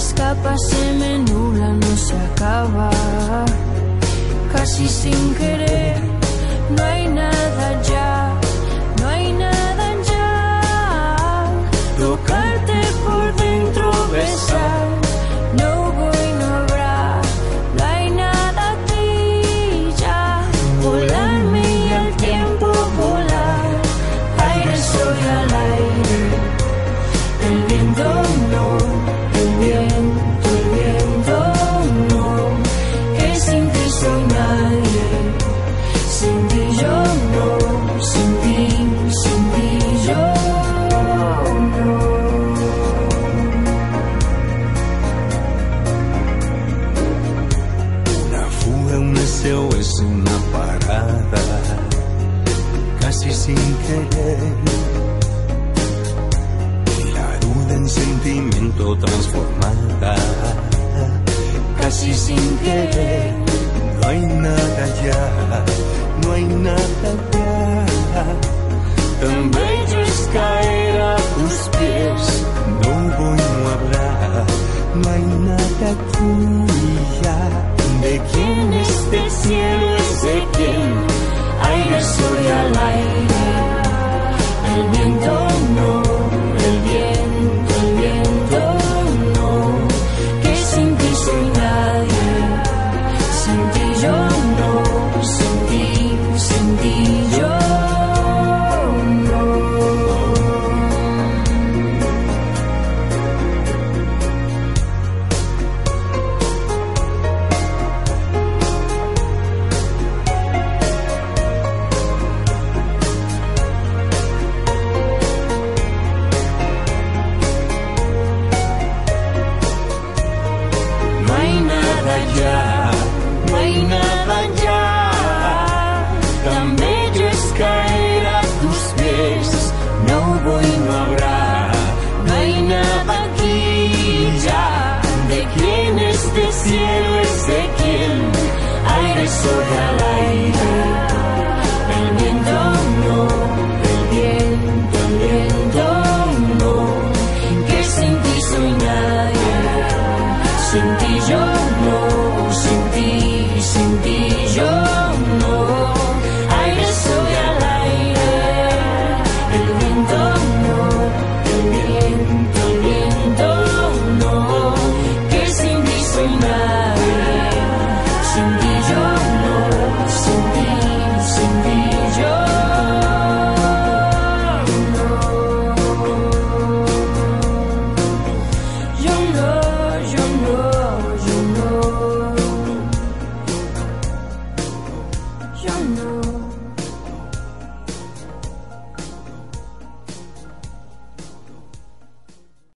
escapa, se me nubla, no se acaba. Casi sin querer, no hay nada ya, no hay nada ya. Tocarte por dentro, besar, no voy, no habrá, no hay nada aquí ya. Volarme y al tiempo volar, aire soy al aire, el viento no, el viento no, que sin ti soy nadie, sin ti yo no, sin ti yo no. Una fuga, un deseo es una parada, casi sin querer. En sentimiento transformada, casi sin querer. No hay nada ya, no hay nada ya. Tan bello es caer a tus pies, no voy, no habrá, no hay nada tuya. ¿De quién este cielo es de quién? Aire soy al aire, el viento no, el viento no, que sin ti soy nadie, sin ti yo no, sin ti yo no. Ya, no hay nada ya, tan bello es caer a tus pies, no voy, no habrá, no hay nada aquí ya. ¿De quién este cielo es de quién? Aire soy al aire.